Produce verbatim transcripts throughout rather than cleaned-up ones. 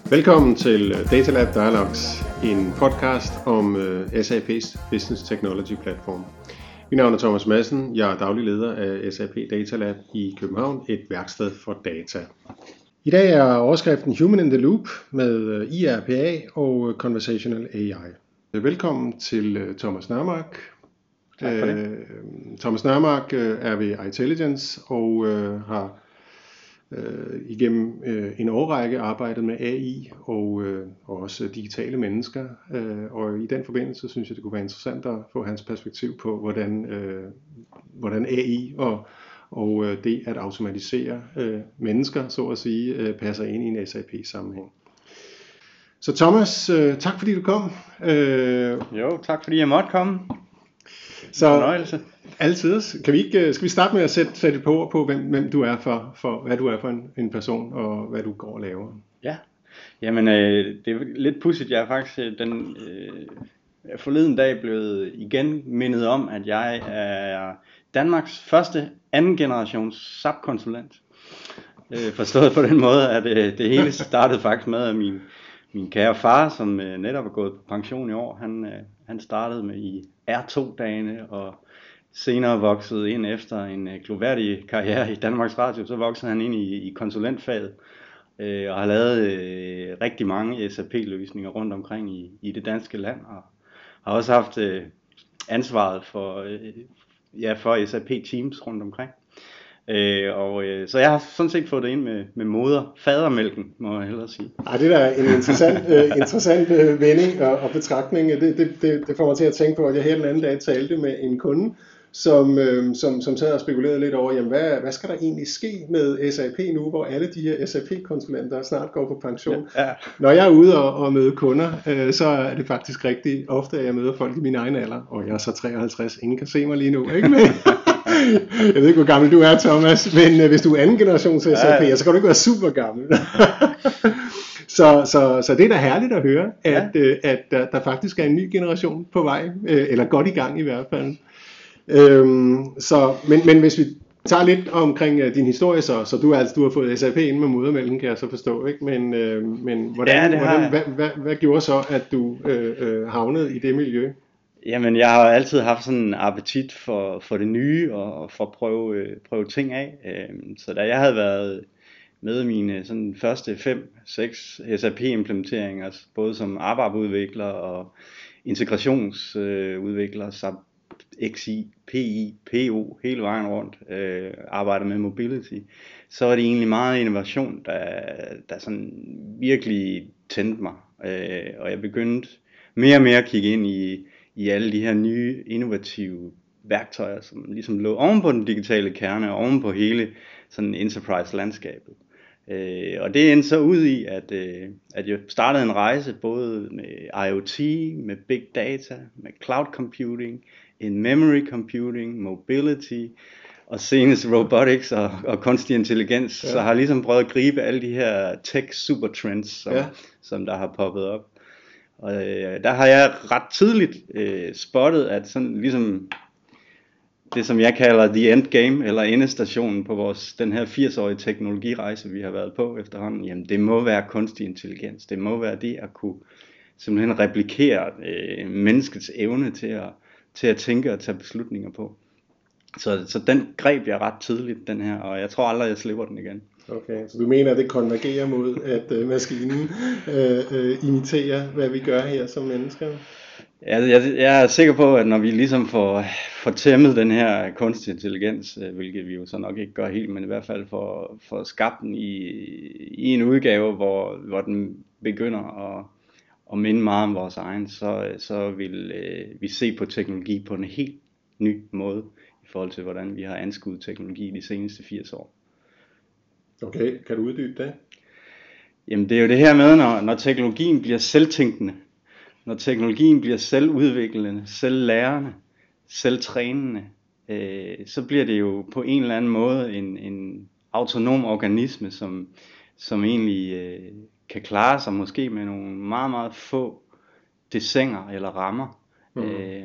Velkommen til Datalab Dialogues, en podcast om S A P's Business Technology Platform. Mit navn er Thomas Madsen, jeg er daglig leder af S A P Datalab i København, et værksted for data. I dag er overskriften Human in the Loop med I R P A og Conversational A I. Velkommen til Thomas Nørmark. Tak for det. Thomas Nørmark er ved iTelligence og har Øh, igennem øh, en årrække arbejdet med A I og, øh, og også digitale mennesker, øh, og i den forbindelse synes jeg det kunne være interessant at få hans perspektiv på hvordan, øh, hvordan A I og, og øh, det at automatisere øh, mennesker så at sige øh, passer ind i en S A P sammenhæng. Så Thomas, øh, tak fordi du kom. Øh, jo, tak fordi jeg måtte komme. Så fornøjelse. Altid. Kan vi ikke, skal vi starte med at sætte, sætte på ord på, hvem, hvem du er for, for, hvad du er for en, en person, og hvad du går og laver? Ja, jamen øh, det er lidt pudsigt. Jeg er faktisk den øh, forleden dag blevet igen mindet om, at jeg er Danmarks første anden generations S A P-konsulent. Øh, forstået på den måde, at øh, det hele startede faktisk med, at min, min kære far, som øh, netop er gået på pension i år, han, øh, han startede med i R to-dagene, og senere voksede ind efter en øh, gloværdig karriere i Danmarks Radio, så voksede han ind i, i konsulentfaget, øh, og har lavet øh, rigtig mange S A P-løsninger rundt omkring i, i det danske land, og har også haft øh, ansvaret for, øh, ja, for S A P-teams rundt omkring. Øh, og, øh, så jeg har sådan set fået det ind med, med moder, fadermælken, må jeg hellere sige. Ej, det der er en interessant, øh, interessant øh, vending og, og betragtning. Det, det, det, det får mig til at tænke på, at jeg her den anden dag talte med en kunde, som, øh, som, som sad og spekulerede lidt over, jamen, hvad, hvad skal der egentlig ske med S A P nu, hvor alle de her S A P-konsulenter snart går på pension. Ja, ja. Når jeg er ude og, og møde kunder, øh, så er det faktisk rigtig ofte, at jeg møder folk i min egen alder, og jeg er så treoghalvtreds, ingen kan se mig lige nu, ikke? Men, jeg ved ikke, hvor gammel du er, Thomas, men øh, hvis du er anden generations S A P, ja, ja. Så kan du ikke være super gammel. så, så, så det er da herligt at høre, at, ja. øh, at der, der faktisk er en ny generation på vej, øh, eller godt i gang i hvert fald. Øhm, så, men, men hvis vi tager lidt omkring uh, din historie, så, så du, altså, du har fået S A P ind med modermælken, kan jeg så forstå, ikke? Men, øh, men hvordan, ja, hvordan, hvad, hvad, hvad gjorde så, at du øh, øh, havnede i det miljø? Jamen, jeg har altid haft sådan en appetit for, for det nye, og for at prøve, øh, prøve ting af. Øh, så da jeg havde været med mine sådan første fem, seks S A P-implementeringer, både som A B A P-udvikler og integrationsudvikler, øh, samt X I, P I, P O, hele vejen rundt, øh, arbejder med mobility, så var det egentlig meget innovation, der, der sådan virkelig tændte mig. Øh, og jeg begyndte mere og mere at kigge ind i, i alle de her nye innovative værktøjer, som ligesom lå oven på den digitale kerne, og oven på hele sådan enterprise-landskabet. Øh, og det endte så ud i, at, øh, at jeg startede en rejse både med I O T, med big data, med cloud computing, in memory computing, mobility, og senest robotics og, og kunstig intelligens, ja. Så har jeg ligesom prøvet at gribe alle de her tech supertrends, som, ja. som der har poppet op. Og øh, der har jeg ret tidligt øh, spottet, at sådan ligesom det, som jeg kalder the endgame, eller endestationen på vores, den her firs-årige teknologirejse, vi har været på efterhånden, jamen det må være kunstig intelligens. Det må være det at kunne simpelthen replikere øh, menneskets evne til at til at tænke og tage beslutninger på. Så, så den greb jeg ret tidligt, den her, og jeg tror aldrig, jeg slipper den igen. Okay, så du mener, at det konvergerer mod, at øh, maskinen øh, øh, imiterer, hvad vi gør her som mennesker? Ja, jeg, jeg er sikker på, at når vi ligesom får, får tæmmet den her kunstig intelligens, øh, hvilket vi jo så nok ikke gør helt, men i hvert fald får, får skabt den i, i en udgave, hvor, hvor den begynder at og minde meget om vores egen, så, så vil øh, vi se på teknologi på en helt ny måde, i forhold til hvordan vi har anskuet teknologi de seneste firs år. Okay, kan du uddybe det? Jamen det er jo det her med, når, når teknologien bliver selvtænkende, når teknologien bliver selvudviklende, selvlærende, selvtrænende, øh, så bliver det jo på en eller anden måde en, en autonom organisme, som, som egentlig øh, kan klare sig måske med nogle meget, meget få desinger eller rammer. Mm. Øh,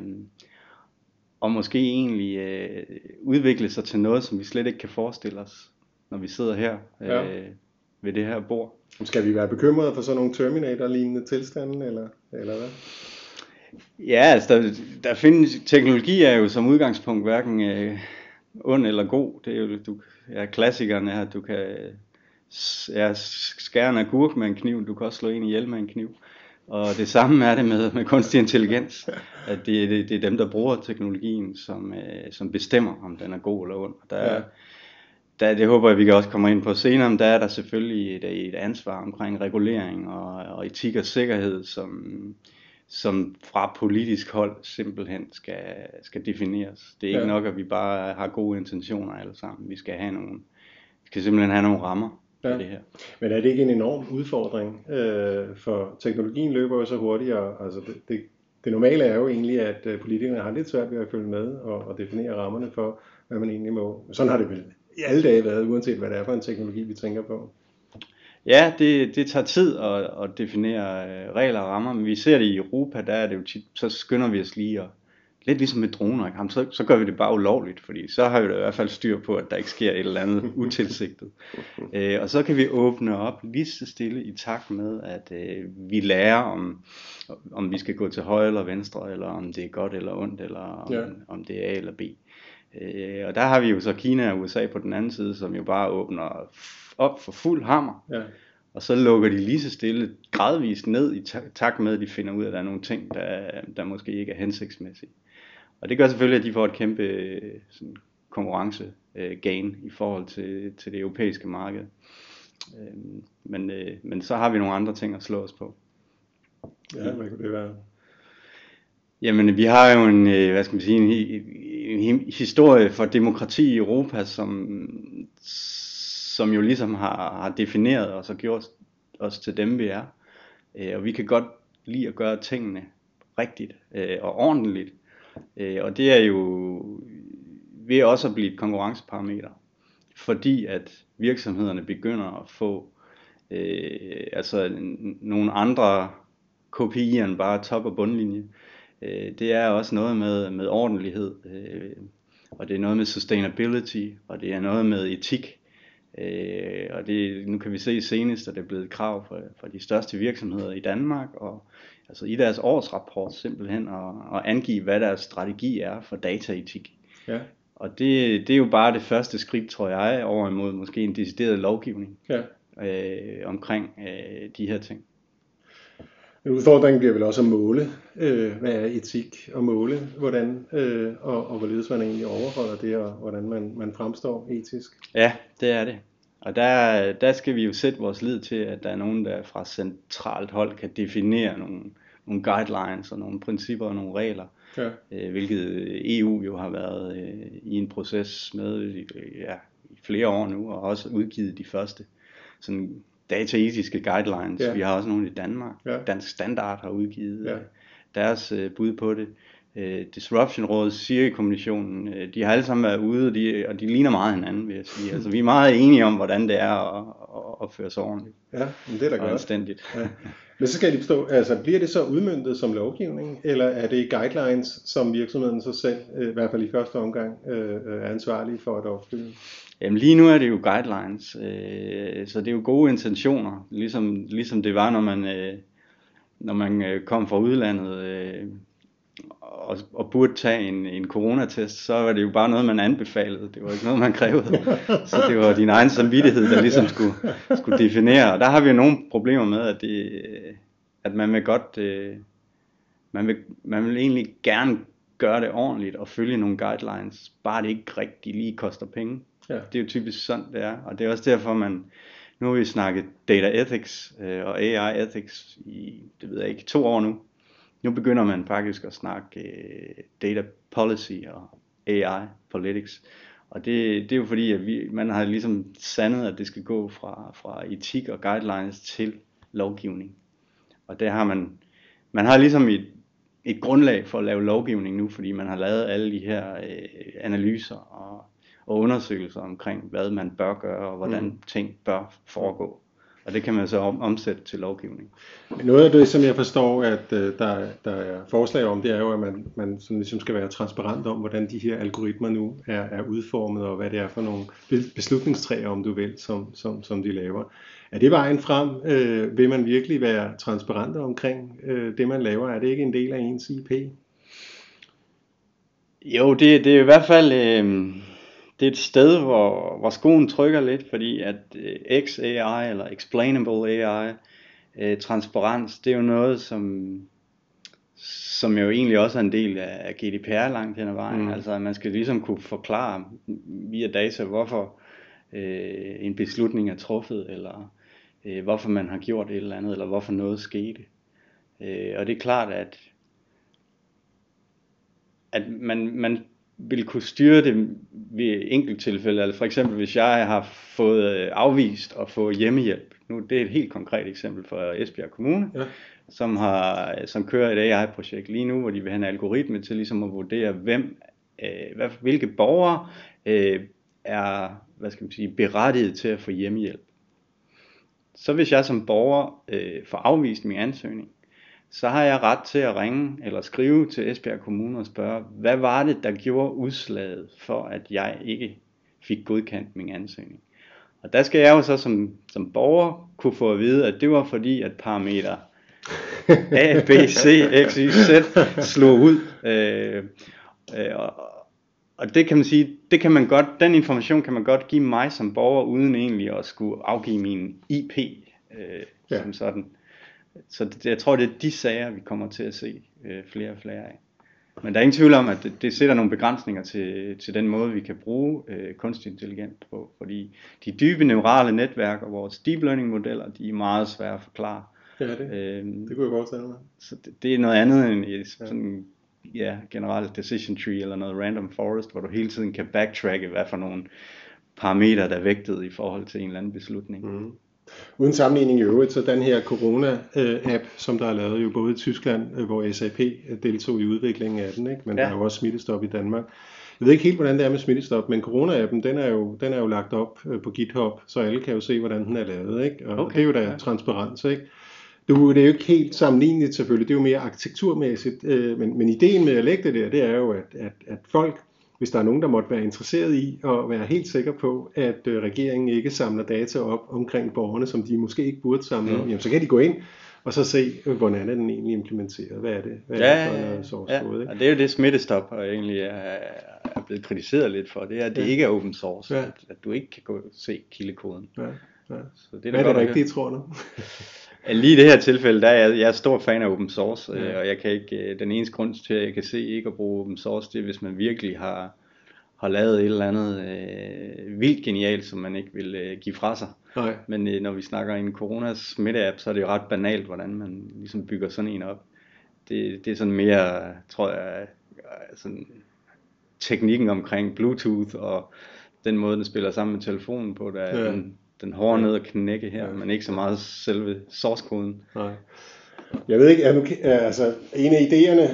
og måske egentlig øh, udvikle sig til noget, som vi slet ikke kan forestille os, når vi sidder her. Ja. Øh, ved det her bord. Skal vi være bekymrede for sådan nogle Terminator-lignende tilstande, eller, eller hvad? Ja, altså der, der findes, teknologi er jo som udgangspunkt hverken øh, ond eller god. Det er jo du, ja, klassikerne her, du kan ja, skære en agurk med en kniv, du kan også slå en ihjel med en kniv. Og det samme er det med, med kunstig intelligens, at det, det, det er dem, der bruger teknologien, som, øh, som bestemmer, om den er god eller ond. Der, ja. der, det håber jeg, vi kan også komme ind på senere, men der er der selvfølgelig et, et ansvar omkring regulering og, og etik og sikkerhed, som, som fra politisk hold simpelthen skal, skal defineres. Det er ikke ja. nok, at vi bare har gode intentioner alle sammen. Vi skal, have nogle, vi skal simpelthen have nogle rammer. Ja. Det her. Men er det ikke en enorm udfordring? Øh, for teknologien løber jo så hurtigere. Altså det, det, det normale er jo egentlig, at politikerne har lidt svært ved at følge med og, og definere rammerne for, hvad man egentlig må. Sådan har det vel i alle dage været, uanset hvad det er for en teknologi, vi tænker på. Ja, det, det tager tid at, at definere regler og rammer, men vi ser det i Europa, der er det jo tit, så skynder vi os lige at lidt ligesom med droner, ikke? Så, så gør vi det bare ulovligt, fordi så har vi da i hvert fald styr på, at der ikke sker et eller andet utilsigtet. øh, og så kan vi åbne op lige så stille i takt med, at øh, vi lærer om, om vi skal gå til højre eller venstre, eller om det er godt eller ondt, eller om, ja. om det er A eller B. Øh, og der har vi jo så Kina og U S A på den anden side, som jo bare åbner op for fuld hammer. Ja. Og så lukker de lige så stille gradvist ned i takt med, at de finder ud af, at der er nogle ting, der, der måske ikke er hensigtsmæssige. Og det gør selvfølgelig, at de får et kæmpe sådan, konkurrence-gain i forhold til, til det europæiske marked. Men, men så har vi nogle andre ting at slå os på. Ja, hvad kunne det være? Jamen, vi har jo en, hvad skal man sige, en, en historie for demokrati i Europa, som, som jo ligesom har, har defineret os og gjort os til dem, vi er. Og vi kan godt lide at gøre tingene rigtigt og ordentligt. Og det er jo ved også at blive et konkurrenceparameter, fordi at virksomhederne begynder at få øh, altså nogle andre K P I'er end bare top- og bundlinje. Øh, det er også noget med, med ordentlighed, øh, og det er noget med sustainability, og det er noget med etik. Øh, og det, nu kan vi se senest, at det er blevet et krav for, for de største virksomheder i Danmark, og altså i deres årsrapport simpelthen at, at angive, hvad deres strategi er for dataetik. Ja. Og det, det er jo bare det første skridt, tror jeg, over imod måske en decideret lovgivning ja. øh, omkring øh, de her ting. En udfordring bliver vel også at måle, øh, hvad er etik, og måle, hvordan øh, og, og hvorledes man egentlig overholder det, og hvordan man, man fremstår etisk. Ja, det er det. Og der, der skal vi jo sætte vores lid til, at der er nogen, der fra centralt hold kan definere nogle, nogle guidelines og nogle principper og nogle regler, ja. øh, hvilket E U jo har været øh, i en proces med ja, i flere år nu, og også udgivet de første sådan dataetiske guidelines. Ja. Vi har også nogle i Danmark. Ja. Dansk Standard har udgivet ja. deres øh, bud på det. Uh, Disruption-rådet, Siri-kommissionen, uh, de har alle sammen været ude, og de, og de ligner meget hinanden, vil jeg sige. Altså, vi er meget enige om, hvordan det er at, at opføre sig ordentligt. Ja, men det er da godt. Anstændigt. Ja. Men så skal jeg lige forstå, altså bliver det så udmøntet som lovgivning, eller er det guidelines, som virksomheden så selv, uh, i hvert fald i første omgang, uh, er ansvarlige for at opfylde? Jamen lige nu er det jo guidelines, uh, så det er jo gode intentioner, ligesom, ligesom det var, når man, uh, når man uh, kom fra udlandet, uh, Og, og burde tage en, en coronatest, så var det jo bare noget, man anbefalede. Det var ikke noget, man krævede. Så det var din egen samvittighed, der ligesom skulle, skulle definere. Og der har vi jo nogle problemer med, at, det, at man vil godt, man vil, man vil egentlig gerne gøre det ordentligt og følge nogle guidelines, bare det ikke rigtig lige koster penge. Ja. Det er jo typisk sådan, det er. Og det er også derfor, man, nu har vi snakket data ethics og A I ethics i, det ved jeg ikke, to år nu. Nu begynder man faktisk at snakke uh, data policy og A I politics. Og det, det er jo fordi, at vi, man har ligesom sandet, at det skal gå fra, fra etik og guidelines til lovgivning. Og der har man, man har ligesom et, et grundlag for at lave lovgivning nu, fordi man har lavet alle de her uh, analyser og, og undersøgelser omkring, hvad man bør gøre og hvordan mm. ting bør foregå. Og det kan man så om, omsætte til lovgivning. Noget af det, som jeg forstår, at øh, der, der er forslag om, det er jo, at man, man sådan ligesom skal være transparent om, hvordan de her algoritmer nu er, er udformet, og hvad det er for nogle beslutningstræer, om du vil, som, som, som de laver. Er det vejen frem? Øh, vil man virkelig være transparent omkring øh, det, man laver? Er det ikke en del af ens I P? Jo, det, det er i hvert fald øh, det er et sted, hvor, hvor skoen trykker lidt, fordi at øh, X A I eller Explainable A I, øh, transparens, det er jo noget, som, som jo egentlig også er en del af G D P R langt hen ad vejen. Mm. Altså, man skal ligesom kunne forklare via data, hvorfor øh, en beslutning er truffet, eller øh, hvorfor man har gjort et eller andet, eller hvorfor noget skete. Øh, og det er klart, at at man, man vil kunne styre det ved enkelttilfælde, altså for eksempel hvis jeg har fået afvist at få hjemmehjælp. Nu det er et helt konkret eksempel fra Esbjerg Kommune, ja. som har som kører et A I-projekt lige nu, hvor de vil have en algoritme til ligesom at vurdere, hvem, øh, hvad, hvilke borgere øh, er, hvad skal man sige, berettiget til at få hjemmehjælp. Så hvis jeg som borger øh, får afvist min ansøgning, så har jeg ret til at ringe eller skrive til Esbjerg Kommune og spørge, hvad var det, der gjorde udslaget for, at jeg ikke fik godkendt min ansøgning. Og der skal jeg jo så som, som borger kunne få at vide, at det var fordi, at parameter A, B, C, X, Y, Z slog ud. Øh, øh, og, og det kan man sige, det kan man godt, den information kan man godt give mig som borger, uden egentlig at skulle afgive min I P øh, ja. som sådan. Så det, jeg tror, det er de sager, vi kommer til at se øh, flere og flere af. Men der er ingen tvivl om, at det, det sætter nogle begrænsninger til, til den måde, vi kan bruge øh, kunstig intelligens på. Fordi de dybe neurale netværk og vores deep learning modeller, de er meget svære at forklare. Ja, det, øhm, det kunne jeg godt sige. Så det, det er noget andet end et sådan, ja, generelt decision tree eller noget random forest, hvor du hele tiden kan backtracke, hvad for nogle parametre, der er vægtet i forhold til en eller anden beslutning. Mm. Uden sammenligning i øvrigt, så den her corona-app, som der er lavet jo både i Tyskland, hvor S A P deltog i udviklingen af den, ikke? Men ja. Der er jo også smittestop i Danmark. Jeg ved ikke helt, hvordan det er med smittestop, men corona-appen, den er jo, den er jo lagt op på GitHub, så alle kan jo se, hvordan den er lavet, ikke? Og okay. Det er jo da ja. transparens, ikke? Det er jo ikke helt sammenligneligt selvfølgelig, det er jo mere arkitekturmæssigt, men, men ideen med at lægge det der, det er jo, at, at, at folk, hvis der er nogen, der måtte være interesseret i at være helt sikker på, at øh, regeringen ikke samler data op omkring borgerne, som de måske ikke burde samle mm. op, jamen, så kan de gå ind og så se, hvordan er den egentlig implementeret. Hvad er det? Hvad ja, er det for noget source ja. code? Ikke? Og det er jo det smittestop, og egentlig er, er blevet kritiseret lidt for, det er, at det ja. ikke er open source, ja. at, at du ikke kan gå og se kildekoden. Ja. Ja. Så det er, Hvad er det rigtigt, tror du? Lige i det her tilfælde, der er jeg, jeg er stor fan af open source, ja. og jeg kan ikke, den eneste grund til, at jeg kan se ikke at bruge open source, det er, hvis man virkelig har har lavet et eller andet øh, vildt genialt, som man ikke vil øh, give fra sig. Nej. Men øh, når vi snakker en coronas smitte-app, så er det jo ret banalt, hvordan man ligesom bygger sådan en op. Det, det er sådan mere, tror jeg, sådan teknikken omkring Bluetooth og den måde, den spiller sammen med telefonen på, der er ja. den, den hårde ned at knække her, ja. men ikke så meget selve source-koden. Nej. Jeg ved ikke, er nu, altså en af idéerne,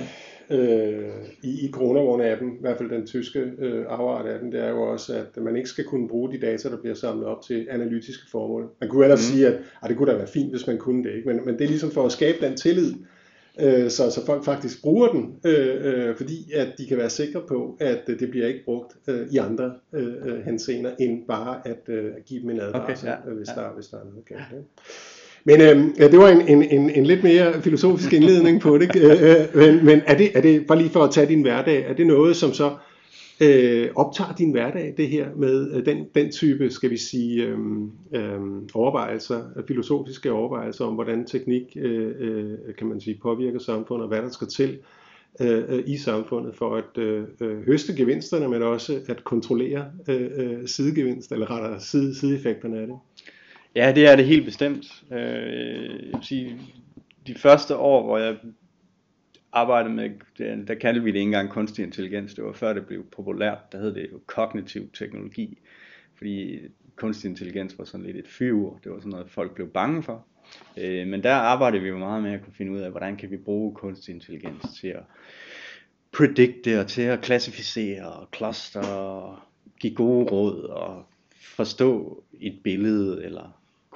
Øh, i, i coronavogn-appen, i hvert fald den tyske øh, afart af den, det er jo også, at man ikke skal kunne bruge de data, der bliver samlet op til analytiske formål. Man kunne ellers mm. sige, at ah, det kunne da være fint, hvis man kunne det, ikke? Men, men det er ligesom for at skabe den tillid, øh, så, så folk faktisk bruger den, øh, øh, fordi at de kan være sikre på, at øh, det bliver ikke brugt øh, i andre øh, henseender, end bare at, øh, at give dem en advarsel, okay, ja, hvis, ja. der, hvis der er noget galt. Ja. Men øh, det var en, en, en, en lidt mere filosofisk indledning på det, øh, men, men er det, er det, bare lige for at tage din hverdag, er det noget, som så øh, optager din hverdag, det her med øh, den, den type, skal vi sige, øh, øh, overvejelser, filosofiske overvejelser om, hvordan teknik, øh, øh, kan man sige, påvirker samfundet, og hvad der skal til øh, i samfundet for at øh, høste gevinsterne, men også at kontrollere øh, sidegevinster, eller rettere side, sideeffekterne af det? Ja, det er det helt bestemt. Øh, jeg vil sige, de første år, hvor jeg arbejdede med, der kaldte vi det ikke engang kunstig intelligens, det var før det blev populært, der hed det jo kognitiv teknologi, fordi kunstig intelligens var sådan lidt et fyord, det var sådan noget, folk blev bange for. Øh, men der arbejdede vi jo meget med at kunne finde ud af, hvordan kan vi bruge kunstig intelligens til at predikte og til at klassificere og cluster og give gode råd og forstå et billede eller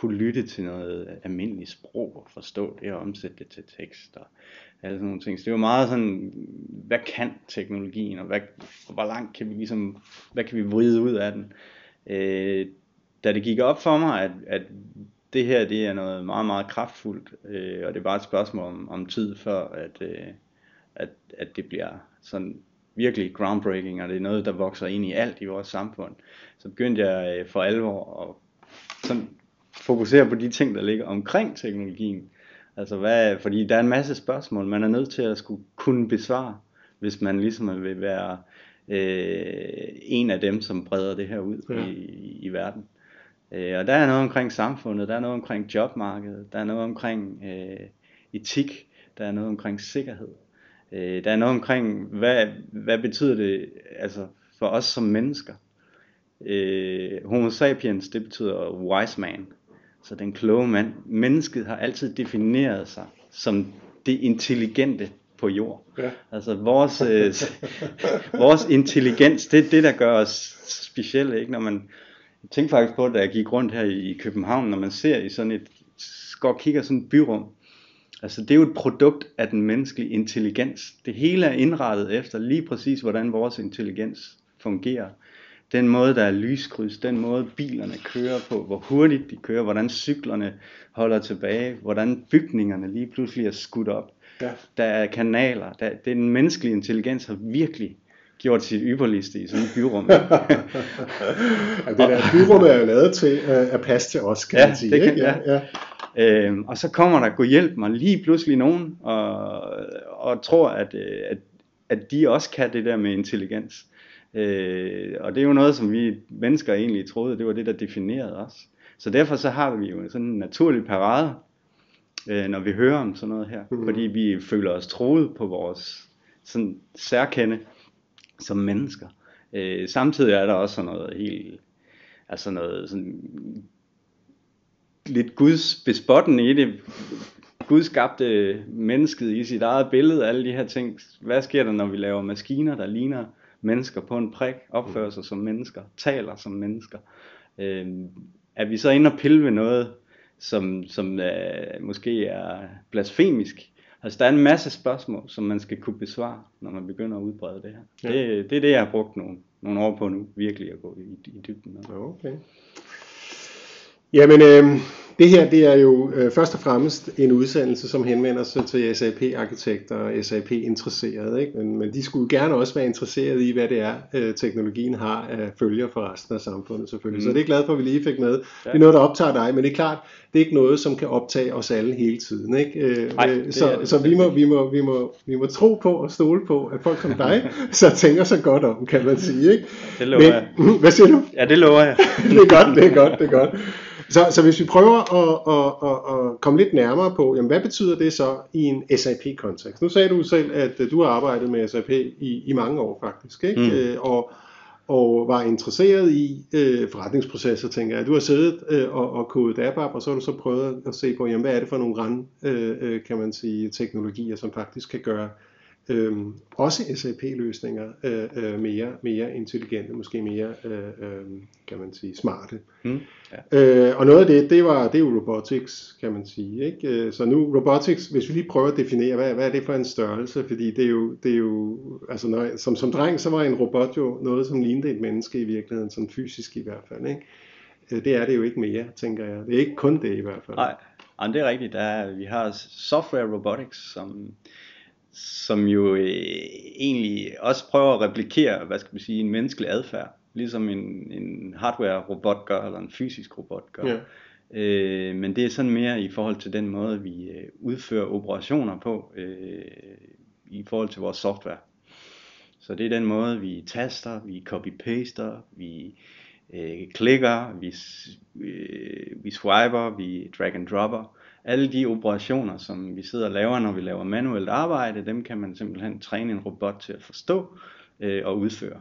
kunne lytte til noget almindeligt sprog og forstå det og omsætte det til tekst og alle sådan nogle ting. Så det var meget sådan, hvad kan teknologien, og hvad, hvor langt kan vi ligesom, hvad kan vi vride ud af den? Øh, da det gik op for mig, at, at det her, det er noget meget, meget kraftfuldt, øh, og det er bare et spørgsmål om, om tid, før at, øh, at, at det bliver sådan virkelig groundbreaking, og det er noget, der vokser ind i alt i vores samfund. Så begyndte jeg øh, for alvor at sådan fokusere på de ting, der ligger omkring teknologien. Altså hvad, fordi der er en masse spørgsmål, man er nødt til at skulle kunne besvare, hvis man ligesom vil være øh, en af dem, som breder det her ud ja. i, i verden. Øh, og der er noget omkring samfundet, der er noget omkring jobmarkedet, der er noget omkring øh, etik, der er noget omkring sikkerhed. Øh, der er noget omkring, hvad, hvad betyder det altså for os som mennesker. Øh, Homo sapiens, det betyder wise man, så den kloge mand. Mennesket har altid defineret sig som det intelligente på jord. Ja. Altså vores, øh, vores intelligens, det er det, der gør os specielle, ikke? Når man jeg tænkte faktisk på, da jeg gik rundt her i København, når man ser i sådan et, går og kigger sådan et byrum, altså det er jo et produkt af den menneskelige intelligens. Det hele er indrettet efter lige præcis, hvordan vores intelligens fungerer. Den måde, der er lyskryds, den måde bilerne kører på, hvor hurtigt de kører, hvordan cyklerne holder tilbage, hvordan bygningerne lige pludselig er skudt op. Ja. Der er kanaler, der, den menneskelige intelligens har virkelig gjort sit ypperligste i sådan et byrum. Ja, det der byrum er jo lavet til at passe til os, kan ja, man sige. Det kan, ikke? ja. Ja. Øhm, og så kommer der gå hjælp mig lige pludselig nogen, og, og tror, at, at, at de også kan det der med intelligens. Øh, og det er jo noget, som vi mennesker egentlig troede, det var det, der definerede os. Så derfor så har vi jo sådan en naturlig parade, øh, når vi hører om sådan noget her. Mm. Fordi vi føler os troet på vores sådan særkende som mennesker. Øh, samtidig er der også sådan noget helt, altså noget sådan lidt Guds bespottende i det. Gud skabte mennesket i sit eget billede, alle de her ting. Hvad sker der, når vi laver maskiner, der ligner mennesker på en prik, opfører sig som mennesker, taler som mennesker? Øh, er vi så inde og pille ved noget, som, som øh, måske er blasfemisk? Altså der er en masse spørgsmål, som man skal kunne besvare, når man begynder at udbrede det her. Ja. Det, det er det, jeg har brugt nogle, nogle år på nu, virkelig at gå i, i dybden. Okay. Jamen, øh, det her det er jo øh, først og fremmest en udsendelse, som henvender sig til S A P-arkitekter og S A P-interesserede. Ikke? Men, men de skulle gerne også være interesserede i, hvad det er, øh, teknologien har af følger for resten af samfundet selvfølgelig. Mm. Så det er glad for, at vi lige fik med. Ja. Det er noget, der optager dig, men det er klart, det er ikke noget, som kan optage os alle hele tiden. Ikke? Øh, Ej, det så det, så vi, må, vi, må, vi, må, vi må tro på og stole på, at folk som dig så tænker sig godt om, kan man sige. Ikke? Det lover men, jeg. Hvad siger du? Ja, det lover jeg. Det er godt, det er godt, det er godt. Så, så hvis vi prøver at, at, at, at komme lidt nærmere på, jamen hvad betyder det så i en S A P-kontekst? Nu sagde du selv, at du har arbejdet med S A P i, i mange år faktisk, ikke? Mm. Øh, og, og var interesseret i øh, forretningsprocesser, tænker jeg. Du har siddet øh, og, og kodet app op, og så har du så prøvet at se på, jamen hvad er det for nogle rand, øh, kan man sige, teknologier, som faktisk kan gøre Øhm, også S A P-løsninger øh, øh, mere, mere intelligente, måske mere øh, øh, kan man sige smarte. Mm, ja. øh, og noget af det, det var det er jo robotics, kan man sige, ikke? Så nu robotics, hvis vi lige prøver at definere, hvad, hvad er det for en størrelse, fordi det er jo, det er jo altså når, som, som dreng, så var en robot jo noget, som lignede et menneske i virkeligheden, sådan fysisk i hvert fald, ikke? Det er det jo ikke mere, tænker jeg. Det er ikke kun det i hvert fald. Nej, det er rigtigt. Der er, vi har software robotics, som som jo øh, egentlig også prøver at replikere, hvad skal man sige, en menneskelig adfærd, ligesom en, en hardware-robot gør, eller en fysisk robot gør. Ja. Øh, men det er sådan mere i forhold til den måde, vi øh, udfører operationer på, øh, i forhold til vores software. Så det er den måde, vi taster, vi copy-paster, vi øh, klikker, vi, øh, vi swiper, vi drag-and-dropper. Alle de operationer, som vi sidder og laver, når vi laver manuelt arbejde, dem kan man simpelthen træne en robot til at forstå øh, og udføre.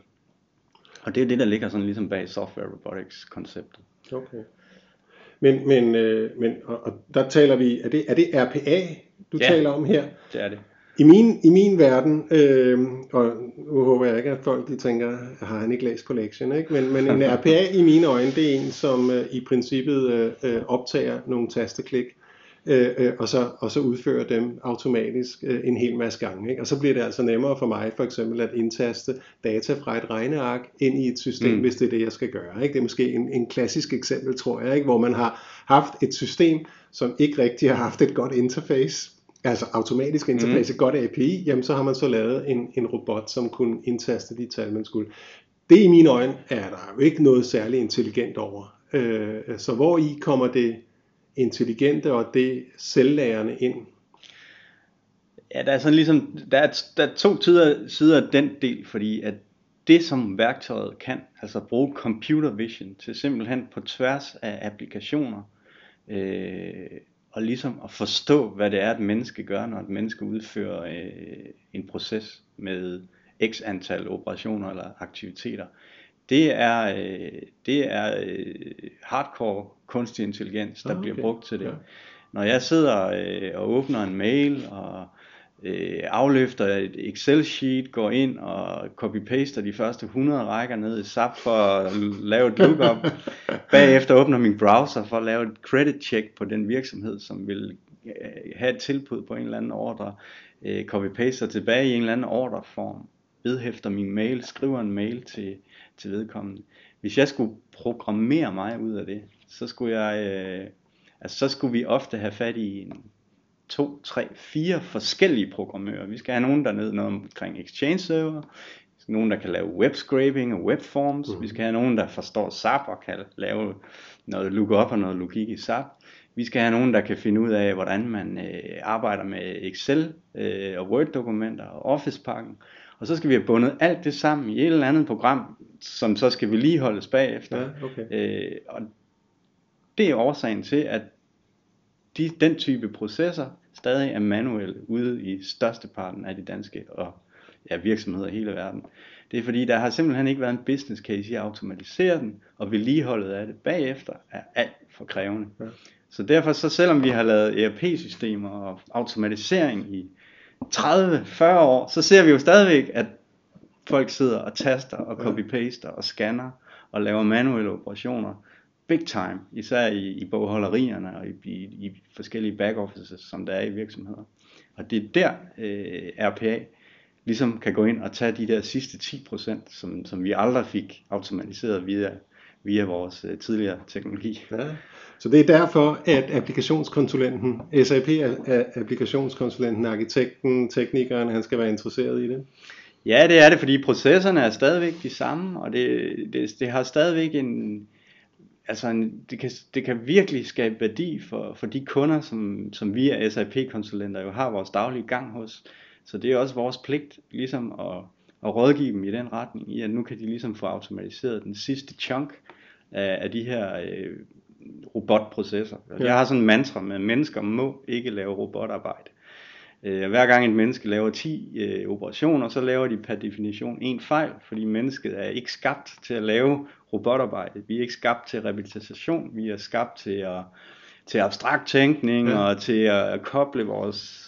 Og det er det, der ligger sådan ligesom bag software robotics-konceptet. Okay. Men, men, øh, men og, og der taler vi, er det, er det R P A, du ja, taler om her? det er det. I min, i min verden, øh, og nu håber jeg ikke, at folk de tænker, har han ikke læst på lektien, ikke? Men, men en R P A i mine øjne, det er en, som øh, i princippet øh, optager nogle tasteklik, øh, øh, og, så, og så udfører dem automatisk øh, en hel masse gange. Ikke? Og så bliver det altså nemmere for mig for eksempel at indtaste data fra et regneark ind i et system, mm. hvis det er det, jeg skal gøre. Ikke? Det er måske en, en klassisk eksempel, tror jeg, ikke? Hvor man har haft et system, som ikke rigtig har haft et godt interface, altså automatisk interface, mm. et godt A P I, jamen så har man så lavet en, en robot, som kunne indtaste de tal, man skulle. Det i mine øjne er der jo ikke noget særligt intelligent over. Øh, så hvor i kommer det intelligente og det selvlærende ind? Ja, der er sådan ligesom, der er, der er to sider, sider af den del, fordi at det som værktøjet kan, altså bruge computer vision til simpelthen på tværs af applikationer, øh, og ligesom at forstå, hvad det er, et menneske gør, når et menneske udfører øh, en proces med x antal operationer eller aktiviteter. Det er, øh, det er øh, hardcore kunstig intelligens, der ah, okay. bliver brugt til det. Ja. Når jeg sidder øh, og åbner en mail og øh, afløfter et Excel-sheet, går ind og copy-paster de første hundrede rækker ned i S A P for at lave et lookup. Bagefter åbner min browser for at lave et credit-check på den virksomhed, som vil øh, have et tilbud på en eller anden ordre. Øh, copy-paster tilbage i en eller anden ordreform. Vedhæfter min mail, skriver en mail til, til vedkommende. Hvis jeg skulle programmere mig ud af det, så skulle jeg, øh, altså så skulle vi ofte have fat i en to, tre, fire forskellige programmører. Vi skal have nogen, der ved noget omkring Exchange server, nogen, der kan lave web scraping og webforms, mm. vi skal have nogen, der forstår S A P og kan lave noget lookup og noget logik i S A P. Vi skal have nogen, der kan finde ud af, hvordan man øh, arbejder med Excel øh, og Word-dokumenter og Office-pakken. Og så skal vi have bundet alt det sammen i et eller andet program, som så skal vedligeholdes bagefter. Ja, okay. øh, og det er årsagen til, at de, den type processer stadig er manuelle ude i størsteparten af de danske og ja, virksomheder i hele verden. Det er fordi, der har simpelthen ikke været en business case i at automatisere den, og vedligeholdet af det bagefter er alt for krævende. Ja. Så derfor, så selvom vi har lavet E R P-systemer og automatisering i tredive til fyrre år, så ser vi jo stadigvæk, at folk sidder og taster og copy-paster og scanner og laver manuelle operationer big time, især i, i bogholderierne og i, i, i forskellige back-offices, som der er i virksomheder. Og det er der øh, R P A ligesom kan gå ind og tage de der sidste ti procent, som, som vi aldrig fik automatiseret via, via vores øh, tidligere teknologi. Ja. Så det er derfor, at applikationskonsulenten, S A P er applikationskonsulenten, arkitekten, teknikeren, han skal være interesseret i det? Ja, det er det, fordi processerne er stadigvæk de samme, og det, det, det har stadigvæk en, altså en, det, kan, det kan virkelig skabe værdi for, for de kunder, som, som vi er S A P-konsulenter jo har vores daglige gang hos. Så det er også vores pligt ligesom at, at rådgive dem i den retning, i at nu kan de ligesom få automatiseret den sidste chunk af, af de her øh, robotprocesser. Ja. Jeg har sådan en mantra med, at mennesker må ikke lave robotarbejde. Øh, hver gang et menneske laver ti øh, operationer, så laver de per definition en fejl, fordi mennesket er ikke skabt til at lave robotarbejde. Vi er ikke skabt til repetition, vi er skabt til, at, til abstrakt tænkning, ja. Og til at koble vores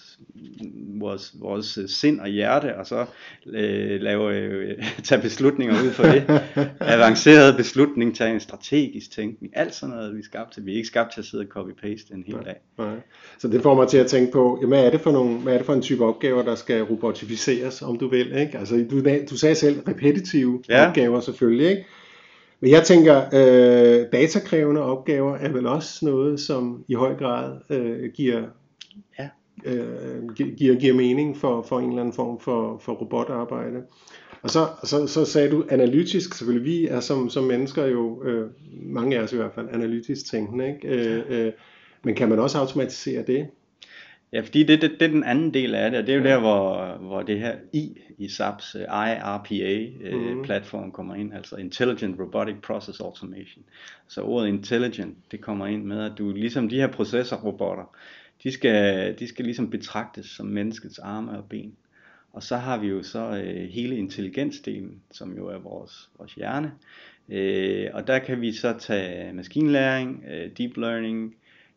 Vores, vores sind og hjerte, og så øh, lave, øh, tage beslutninger ud for det. Avanceret beslutning, tage en strategisk tænkning. Alt sådan noget, vi er skabt til. Vi er ikke skabt til at sidde og copy-paste en hel dag. Nej. Så det får mig til at tænke på, jamen, hvad er det for nogle, hvad er det for en type opgaver, der skal robotificeres, om du vil, ikke? Altså, du, du sagde selv repetitive ja. opgaver selvfølgelig, ikke? Men jeg tænker, øh, datakrævende opgaver er vel også noget, som i høj grad øh, giver... Ja. Øh, giver, giver mening for, for en eller anden form for, for robotarbejde. Og så, så, så sagde du analytisk, selvfølgelig vi er som, som mennesker jo, øh, mange af os i hvert fald, analytisk tænkende, ikke? Øh, øh, men kan man også automatisere det? Ja, fordi det, det, det er den anden del af det, og det er jo ja. der, hvor, hvor det her I i S A P's I R P A-platform øh, mm. kommer ind, altså Intelligent Robotic Process Automation. Så ordet intelligent, det kommer ind med, at du ligesom de her processorrobotter, De skal, de skal ligesom betragtes som menneskets arme og ben. Og så har vi jo så øh, hele intelligensdelen, som jo er vores, vores hjerne. Øh, og der kan vi så tage maskinlæring, øh, deep learning,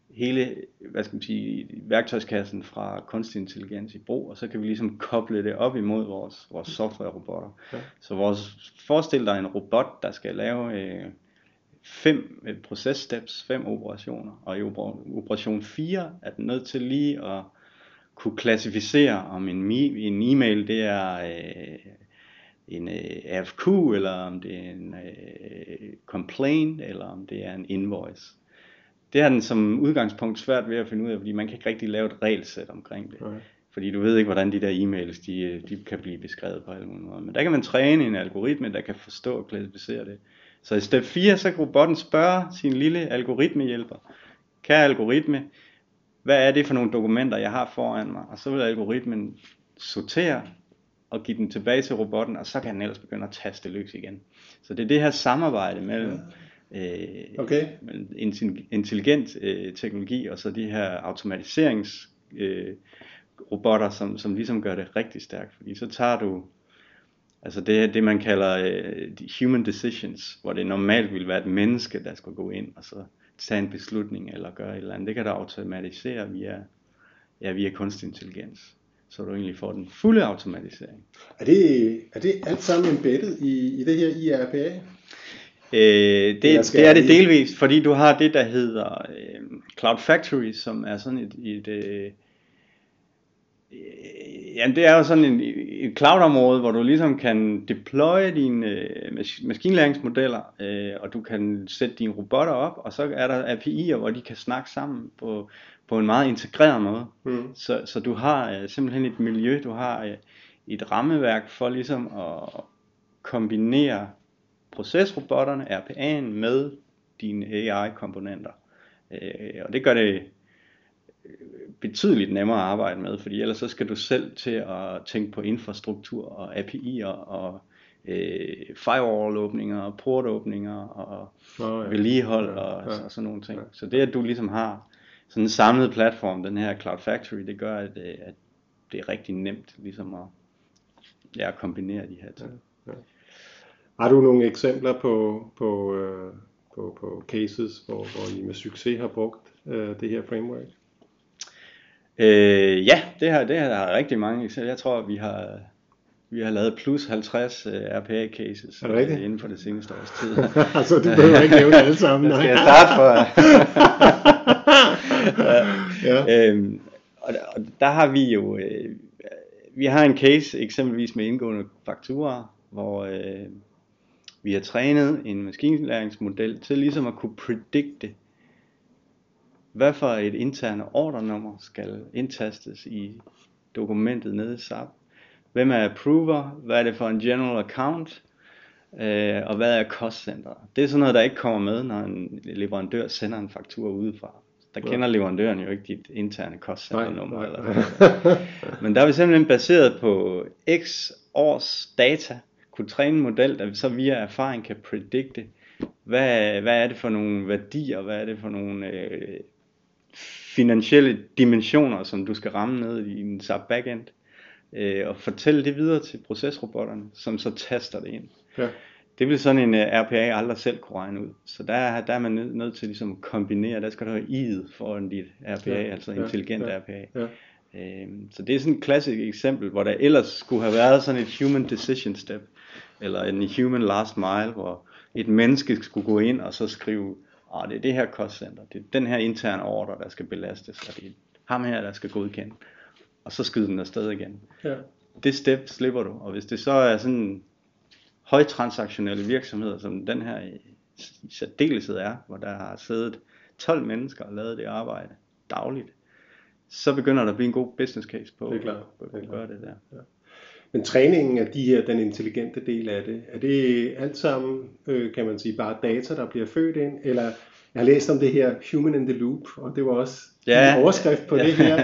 hele, hvad skal man sige, værktøjskassen fra kunstig intelligens i brug, og så kan vi ligesom koble det op imod vores, vores software-robotter. Ja. Så vores, forestil dig en robot, der skal lave øh, fem øh, processteps, fem operationer, og i operation fire er den nødt til lige at kunne klassificere, om en, en e-mail det er øh, en øh, F Q, eller om det er en øh, complaint, eller om det er en invoice. Det har den som udgangspunkt svært ved at finde ud af, fordi man kan ikke rigtig lave et regelsæt omkring det. Okay. Fordi du ved ikke, hvordan de der e-mails, de, de kan blive beskrevet på alle mulige måder. Men der kan man træne en algoritme, der kan forstå og klassificere det. Så i step fire, så kan robotten spørge sin lille algoritmehjælper: kære algoritme, hvad er det for nogle dokumenter, jeg har foran mig? Og så vil algoritmen sortere og give den tilbage til robotten, og så kan den ellers begynde at taste løs igen. Så det er det her samarbejde mellem, øh, okay. mellem intelligent øh, teknologi og så de her automatiserings øh, robotter, som, som ligesom gør det rigtig stærkt. Fordi så tager du, altså det er det, man kalder øh, human decisions, hvor det normalt ville være et menneske, der skulle gå ind og så tage en beslutning eller gøre et eller andet. Det kan du automatisere via, ja, via kunstig intelligens, så du egentlig får den fulde automatisering. Er det, er det alt sammen embedded i, i det her I R P A? Øh, det, det er det delvist, fordi du har det, der hedder øh, Cloud Factory, som er sådan et, et øh, jamen det er jo sådan en, et cloud-område, hvor du ligesom kan deploye dine øh, mas- maskinlæringsmodeller, øh, og du kan sætte dine robotter op, og så er der A P I'er, hvor de kan snakke sammen på, på en meget integreret måde. Mm. Så, så du har øh, simpelthen et miljø, du har øh, et rammeværk for ligesom at kombinere procesrobotterne, R P A'en, med dine A I-komponenter. Øh, og det gør det betydeligt nemmere at arbejde med, fordi ellers så skal du selv til at tænke på infrastruktur og A P I'er og øh, firewall-åbninger og portåbninger og oh, ja. vedligehold og, ja, ja. og sådan nogle ting. Ja. Så det at du ligesom har sådan en samlet platform, den her Cloud Factory, det gør at, at det er rigtig nemt ligesom at, ja, at kombinere de her ting. Ja, ja. Har du nogle eksempler på, på, øh, på, på cases, hvor, hvor I med succes har brugt øh, det her framework? Øh, ja, det her, det her er rigtig mange eksempler. Jeg tror, vi har, vi har lavet plus halvtreds uh, R P A cases uh, inden for det seneste års tid. Så du behøver ikke nævne alle sammen. Skal jeg starte for? ja. øhm, og, der, og der har vi jo, øh, vi har en case eksempelvis med indgående fakturer, hvor øh, vi har trænet en maskinlæringsmodel til ligesom at kunne predikte, hvad for et interne ordrenummer skal indtastes i dokumentet nede i S A P. Hvem er approver? Hvad er det for en general account? Øh, og hvad er cost center? Det er sådan noget, der ikke kommer med, når en leverandør sender en faktura udefra. Der ja. kender leverandøren jo ikke dit interne cost center nummer. Eller Men der er vi simpelthen baseret på x års data, kunne træne en model, der så via erfaring kan predikte, hvad, hvad er det for nogle værdier, hvad er det for nogle øh, finansielle dimensioner, som du skal ramme ned i en S A P backend, øh, og fortælle det videre til procesrobotterne, som så taster det ind. Ja. Det vil sådan en uh, R P A aldrig selv kunne regne ud. Så der, der er man nødt, nødt til ligesom at kombinere, der skal du have i'et foran dit R P A, ja. altså intelligent ja. R P A. Ja. Øhm, så det er sådan et klassisk eksempel, hvor der ellers skulle have været sådan et human decision step, eller en human last mile, hvor et menneske skulle gå ind og så skrive, ah, det er det her cost center, det er den her interne ordre, der skal belastes, og det er ham her, der skal godkende, og så skyde den afsted igen. Ja. Det step slipper du, og hvis det så er sådan højtransaktionelle virksomheder, som den her i særdeleshed er, hvor der har siddet tolv mennesker og lavet det arbejde dagligt, så begynder der at blive en god business case på, det er klart. på at gøre det der. Ja. Men træningen af de her, den intelligente del af det, er det alt sammen, øh, kan man sige, bare data, der bliver født ind? Eller jeg har læst om det her human in the loop, og det var også ja. en overskrift på ja. det her.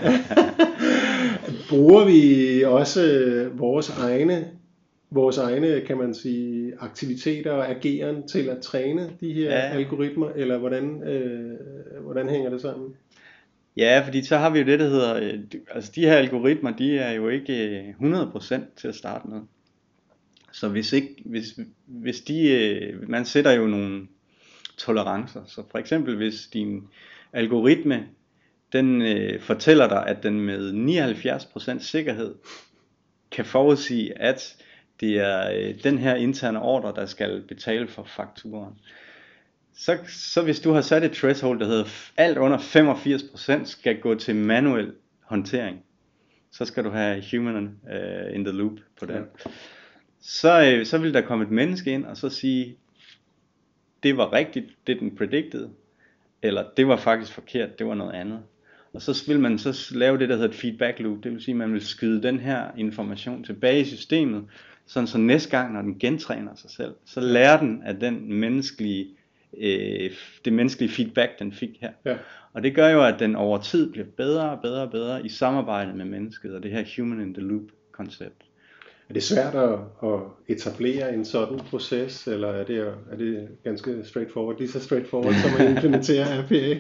Bruger vi også vores egne, vores egne, kan man sige, aktiviteter og ageren til at træne de her ja. algoritmer, eller hvordan, øh, hvordan hænger det sammen? Ja, fordi så har vi jo det, der hedder, altså de her algoritmer, de er jo ikke hundrede procent til at starte med. Så hvis ikke, hvis, hvis de, man sætter jo nogle tolerancer, så for eksempel hvis din algoritme, den øh, fortæller dig, at den med nioghalvfjerds procent sikkerhed kan forudsige, at det er øh, den her interne ordre, der skal betale for fakturen. Så, så hvis du har sat et threshold, der hedder alt under femogfirs procent skal gå til manuel håndtering, så skal du have human uh, in the loop på den. Ja. Så, øh, så vil der komme et menneske ind og så sige, det var rigtigt, det den predicted, eller det var faktisk forkert, det var noget andet. Og så vil man så lave det, der hedder et feedback loop, det vil sige, at man vil skyde den her information tilbage i systemet, sådan så næste gang, når den gentræner sig selv, så lærer den af den menneskelige, øh, det menneskelige feedback, den fik her. Ja. Og det gør jo, at den over tid bliver bedre og bedre og bedre i samarbejde med mennesket, og det her human in the loop koncept. Er det svært at, at etablere en sådan proces, eller er det, er det ganske straightforward, lige så straightforward som at implementere R P A?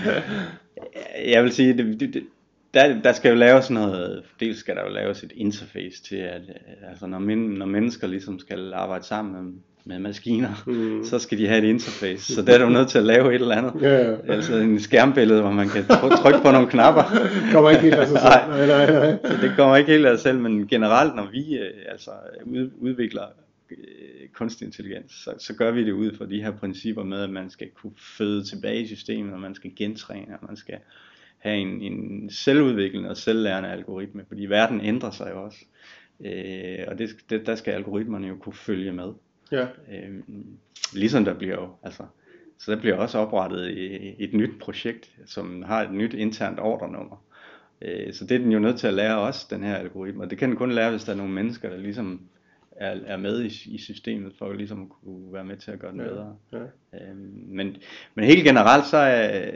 Jeg vil sige, det, det, der, der skal jo laves noget, dels skal der jo laves et interface til, at altså når, men, når mennesker ligesom skal arbejde sammen med, med maskiner, mm. så skal de have et interface, så der er du nødt til at lave et eller andet, ja, ja. Altså en skærmbillede, hvor man kan trykke på nogle knapper. Det kommer ikke helt af sig selv. Nej, nej, nej. Det kommer ikke helt af sig selv, men generelt, når vi altså udvikler kunstig intelligens, så, så gør vi det ud fra de her principper med, at man skal kunne føde tilbage i systemet, og man skal gentræne, og man skal have en, en selvudviklende og selvlærende algoritme, fordi verden ændrer sig jo også, øh, og det, det, der skal algoritmerne jo kunne følge med. Ja. Øh, ligesom der bliver jo, altså, så der bliver også oprettet et, et nyt projekt, som har et nyt internt ordrenummer. Øh, så det er den jo nødt til at lære også, den her algoritme, og det kan den kun lære, hvis der er nogle mennesker, der ligesom er, er med i, i systemet, for at ligesom kunne være med til at gøre den bedre. Ja. Ja. Øh, men, men helt generelt, så er,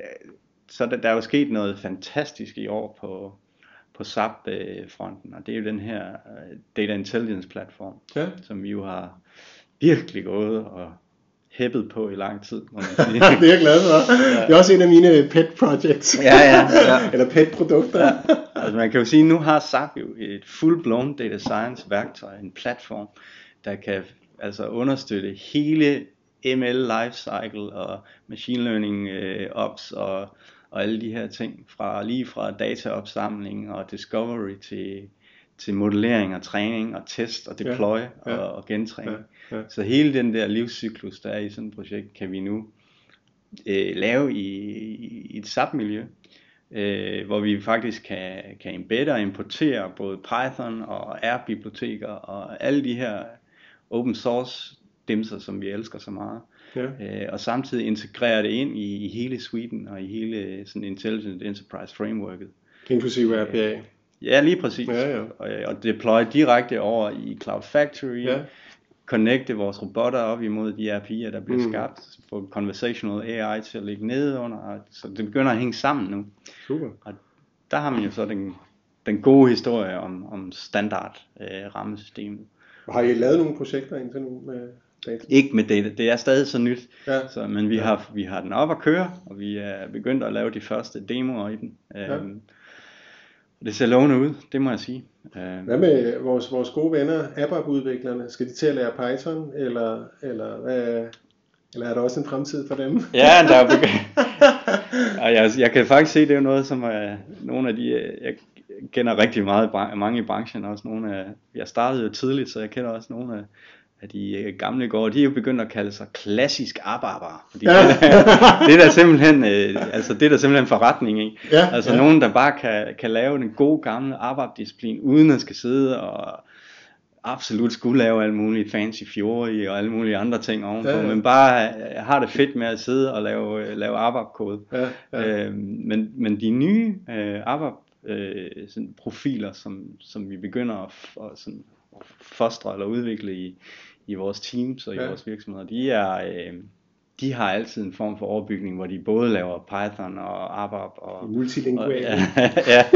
så der, der er jo sket noget fantastisk i år på, på S A P-fronten, og det er jo den her Data Intelligence platform, ja. Som vi jo har virkelig gået og hæppet på i lang tid, må man sige. Det er jeg glad for. Ja. Det er også en af mine pet projects. Ja, ja, ja. Eller pet produkter. Ja. Altså man kan jo sige, nu har S A P jo et full-blown data science værktøj, en platform, der kan altså understøtte hele M L lifecycle og machine learning uh, ops og, og alle de her ting, fra lige fra dataopsamling og discovery til til modellering og træning og test og deploy, ja, ja, og, og gentræning. Ja, ja. Så hele den der livscyklus, der er i sådan et projekt, kan vi nu øh, lave i, i et S A P-miljø, øh, hvor vi faktisk kan, kan embedde og importere både Python og R-biblioteker og alle de her open source dimser, som vi elsker så meget. Ja. Øh, og samtidig integrere det ind i, i hele suiten og i hele sådan Intelligent Enterprise frameworket. Inklusive R P A. Ja, lige præcis. Ja, ja. Og, og deploy direkte over i Cloud Factory, ja. Connecte vores robotter op imod de R P I'er, der bliver mm. skabt, få conversational A I til at ligge nede under, så det begynder at hænge sammen nu. Super. Og der har man jo så den, den gode historie om, om standard øh, rammesystemet. Har I lavet nogle projekter indtil nu med data? Ikke med data, det er stadig så nyt, ja. Så, men vi, ja. har, vi har den op at køre, og vi er begyndt at lave de første demoer i den. Ja. Øhm, Det ser lovende ud, det må jeg sige. Hvad med vores, vores gode venner, ABAP-udviklerne? Skal de til at lære Python, eller, eller, hvad, eller er der også en fremtid for dem? Ja, der er begyndt. Og jeg, jeg kan faktisk se, det er noget, som er nogle af de, jeg kender rigtig meget, mange i branchen, også nogle af, jeg startede jo tidligt, så jeg kender også nogle af, af de gamle gårde, de er jo begyndt at kalde sig klassisk ABAP'ere, fordi ja. det, det er der simpelthen, øh, altså det er der simpelthen forretning i, ja, altså ja. Nogen der bare kan, kan lave den gode gamle ABAP-disciplin, uden at skal sidde og absolut skulle lave alle mulige fancy Fiori og alle mulige andre ting ovenpå, ja, ja. Men bare har det fedt med at sidde og lave, lave ABAP-kode. Ja, ja. Øh, men, men de nye øh, ABAP-profiler, øh, som, som vi begynder at, at sådan, fostre eller udvikle i, i vores teams og i ja. vores virksomheder, de er øh, de har altid en form for overbygning, hvor de både laver Python og ABAP og multilingual. Ja, ja.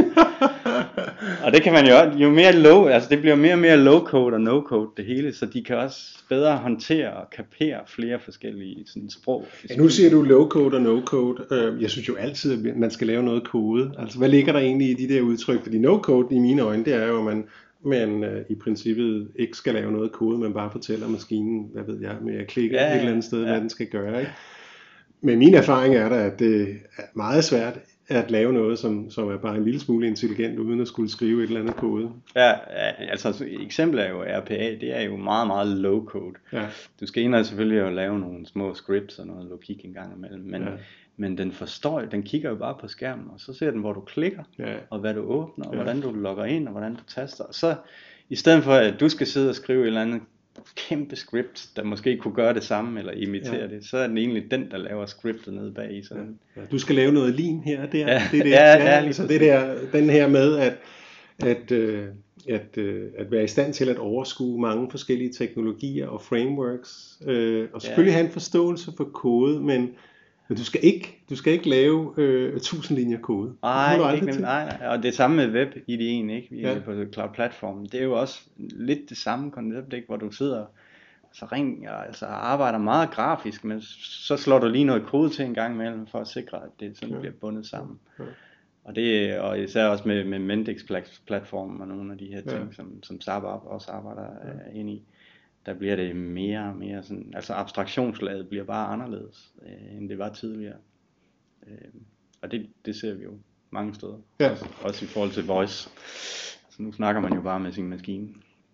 Og det kan man jo jo mere low, altså det bliver mere og mere low code og no code det hele, så de kan også bedre håndtere og kapere flere forskellige sådan, sprog. Ja, nu siger du low code og no code. Jeg synes jo altid at man skal lave noget kode. Altså hvad ligger der egentlig i de der udtryk? Fordi no code i mine øjne, det er jo at man men øh, i princippet ikke skal lave noget kode, men bare fortæller maskinen, hvad ved jeg, med at klikke ja, et eller andet sted, ja. Hvad den skal gøre, ikke? med min erfaring er der, at det er meget svært at lave noget, som, som er bare en lille smule intelligent, uden at skulle skrive et eller andet kode. Ja, altså et eksempel er jo R P A, det er jo meget, meget low code. Ja. Du skal ind og selvfølgelig jo lave nogle små scripts og noget logik en gang imellem, men, ja. men den forstår den kigger jo bare på skærmen, og så ser den, hvor du klikker, ja. og hvad du åbner, og ja. hvordan du logger ind, og hvordan du taster. Og så i stedet for, at du skal sidde og skrive et eller andet kæmpe script, der måske kunne gøre det samme, eller imitere ja. det, så er den egentlig den, der laver scriptet nede bag i. Så ja. Ja. Du skal lave noget lin her og der. Ja. Det, det, ja, ja, ja, altså det der, den her med, at, at, øh, at, øh, at være i stand til at overskue mange forskellige teknologier og frameworks, øh, og selvfølgelig ja. have en forståelse for kode, men Men du skal ikke, du skal ikke lave øh, tusind linjer kode. Nej, ikke nemt, nej, nej, og det samme med web I D E'en, ikke? Vi er ja. på Cloud Platform. Det er jo også lidt det samme koncept, ikke? Hvor du sidder så ring, altså arbejder meget grafisk, men så slår du lige noget kode til en gang imellem for at sikre, at det sådan ja. bliver bundet sammen. Ja. Og det og især også med med Mendix platformen og nogle af de her ting, ja. som som SAP også arbejder ja. ind i. Der bliver det mere og mere sådan, altså abstraktionslaget bliver bare anderledes, øh, end det var tidligere. Øh, og det, det ser vi jo mange steder, ja. også, også i forhold til voice. Så nu snakker man jo bare med sin maskine.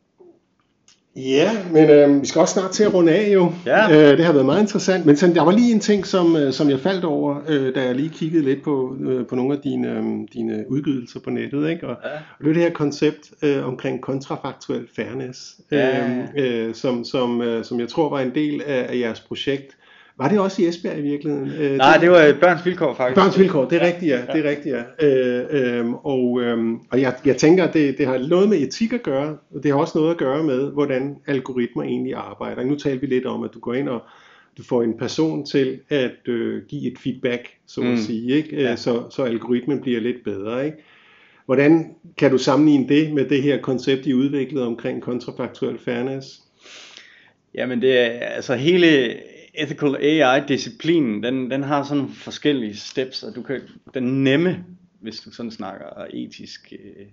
Ja, men øh, vi skal også snart til at runde af jo. Ja. Øh, det har været meget interessant, men sådan, der var lige en ting, som, øh, som jeg faldt over, øh, da jeg lige kiggede lidt på, øh, på nogle af dine, øh, dine udgydelser på nettet, ikke? Og, ja. og det er det her koncept øh, omkring kontrafaktuel fairness, ja. øh, øh, som, som, øh, som jeg tror var en del af, af jeres projekt. Var det også i Esbjerg i virkeligheden? Øh, Nej, det, det var Børns Vilkår faktisk. Børns Vilkår, det er rigtigt, ja. Det er rigtigt, ja. Øh, øh, og øh, og jeg, jeg tænker, at det, det har noget med etik at gøre, og det har også noget at gøre med, hvordan algoritmer egentlig arbejder. Nu taler vi lidt om, at du går ind og du får en person til at øh, give et feedback, så at mm. sige, ikke? Ja. Så, så algoritmen bliver lidt bedre, ikke? Hvordan kan du sammenligne det med det her koncept, I udviklede omkring kontrafaktuel fairness? Jamen det er altså hele ethical A I-disciplinen, den, den har sådan nogle forskellige steps, og du kan, den nemme, hvis du sådan snakker etisk øh,